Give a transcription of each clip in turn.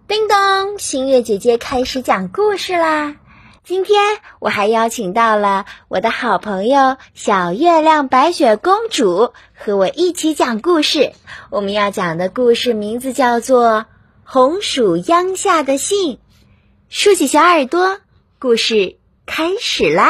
叮咚，新月姐姐开始讲故事啦！今天我还邀请到了我的好朋友小月亮白雪公主和我一起讲故事。我们要讲的故事名字叫做《红薯秧下的信》。竖起小耳朵，故事开始啦！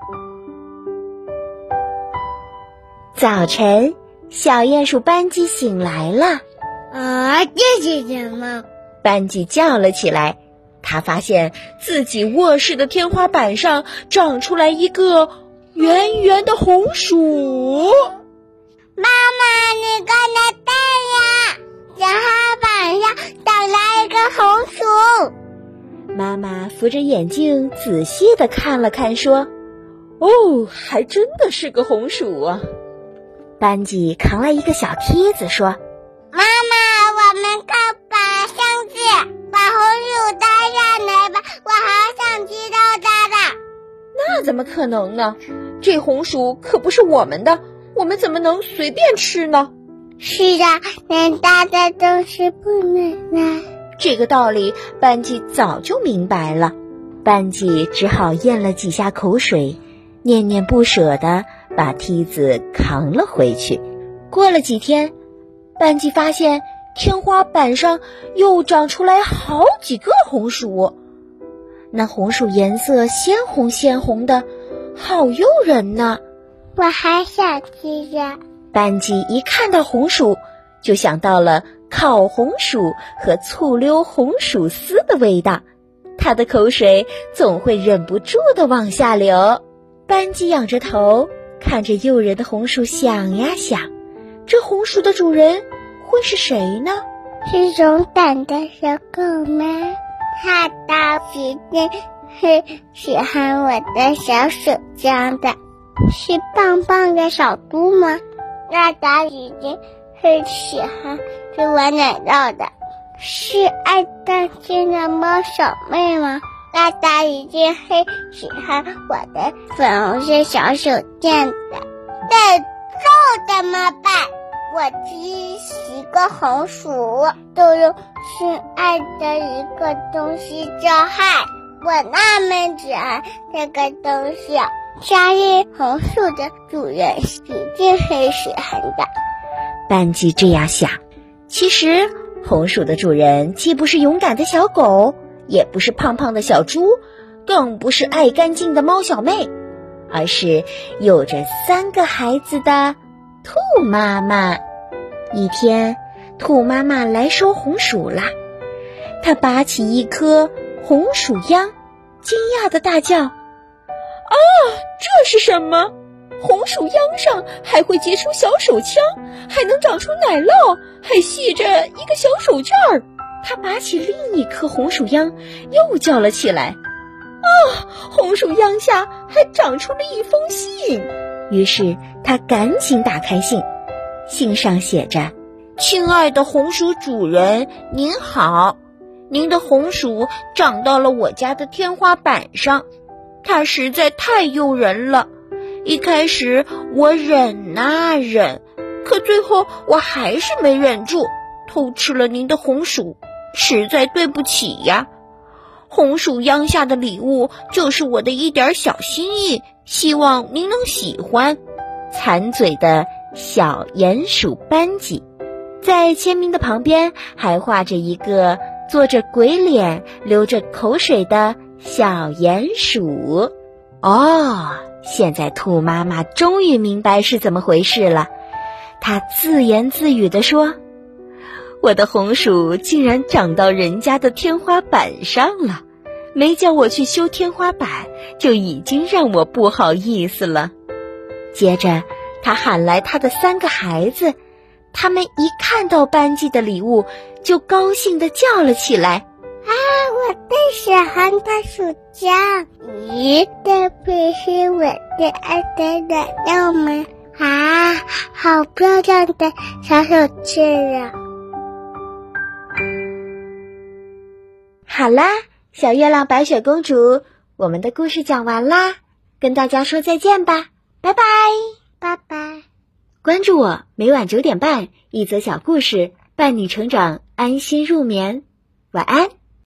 早晨，小鼹鼠班吉醒来了。 这是什么？ 班吉叫了起来。他发现自己卧室的天花板上长出来一个圆圆的红薯。 妈妈，你快来看呀！天花板上长来一个红薯。 妈妈扶着眼镜仔细地看了看，说：“哦，还真的是个红薯啊！”班吉扛来一个小梯子，说：“ 妈妈，我们靠把箱子把红薯搭上来吧，我好想吃到它的。” 那怎么可能呢？这红薯可不是我们的，我们怎么能随便吃呢？ 是的，能搭的东西不能拿。 这个道理班吉早就明白了。班吉只好咽了几下口水，念念不舍地把梯子扛了回去。过了几天，班吉发现天花板上又长出来好几个红薯，那红薯颜色鲜红鲜红的，好诱人呢。 我还想吃呀。 班吉一看到红薯，就想到了烤红薯和醋溜红薯丝的味道，他的口水总会忍不住地往下流。班吉仰着头，看着诱人的红薯，想呀想，这红薯的主人会是谁呢？ 是勇敢的小狗吗？它到底是喜欢我的小手枪的？是棒棒的小猪吗？那它已经是喜欢吃我奶酪的？是爱担心的猫小妹吗？那它已经是喜欢我的粉红色小手剑的？这怎么办？我只是一个红薯，都用心爱的一个东西叫害。我那么喜欢这个东西，相信红薯的主人一定很喜欢的。 班吉这样想。其实红薯的主人既不是勇敢的小狗，也不是胖胖的小猪，更不是爱干净的猫小妹，而是有着3个孩子的兔妈妈。一天，兔妈妈来收红薯啦。她拔起一颗红薯秧，惊讶地大叫：“啊，这是什么？红薯秧上还会结出小手枪，还能长出奶酪，还系着一个小手绢儿。”她拔起另一颗红薯秧，又叫了起来：“啊，红薯秧下还长出了一封信！”于是她赶紧打开信，信上写着：“亲爱的红薯主人，您好，您的红薯长到了我家的天花板上，它实在太诱人了。一开始我忍啊忍，可最后我还是没忍住，偷吃了您的红薯，实在对不起呀。红薯秧下的礼物就是我的一点小心意，希望您能喜欢。馋嘴的小鼹鼠班吉。”在签名的旁边还画着一个做着鬼脸流着口水的小鼹鼠。现在兔妈妈终于明白是怎么回事了。她自言自语地说：“我的红薯竟然长到人家的天花板上了，没叫我去修天花板，就已经让我不好意思了。”接着她喊来她的3个孩子，他们一看到班吉的礼物，就高兴地叫了起来：“ 啊，我最喜欢的薯浆！咦，这不是我最爱的奶酪吗？啊，好漂亮的小手绢啊！” 好啦，小月亮白雪公主，我们的故事讲完啦，跟大家说再见吧，拜拜， 拜拜。 关注我，每晚9点半，一则小故事，伴你成长，安心入眠。晚安。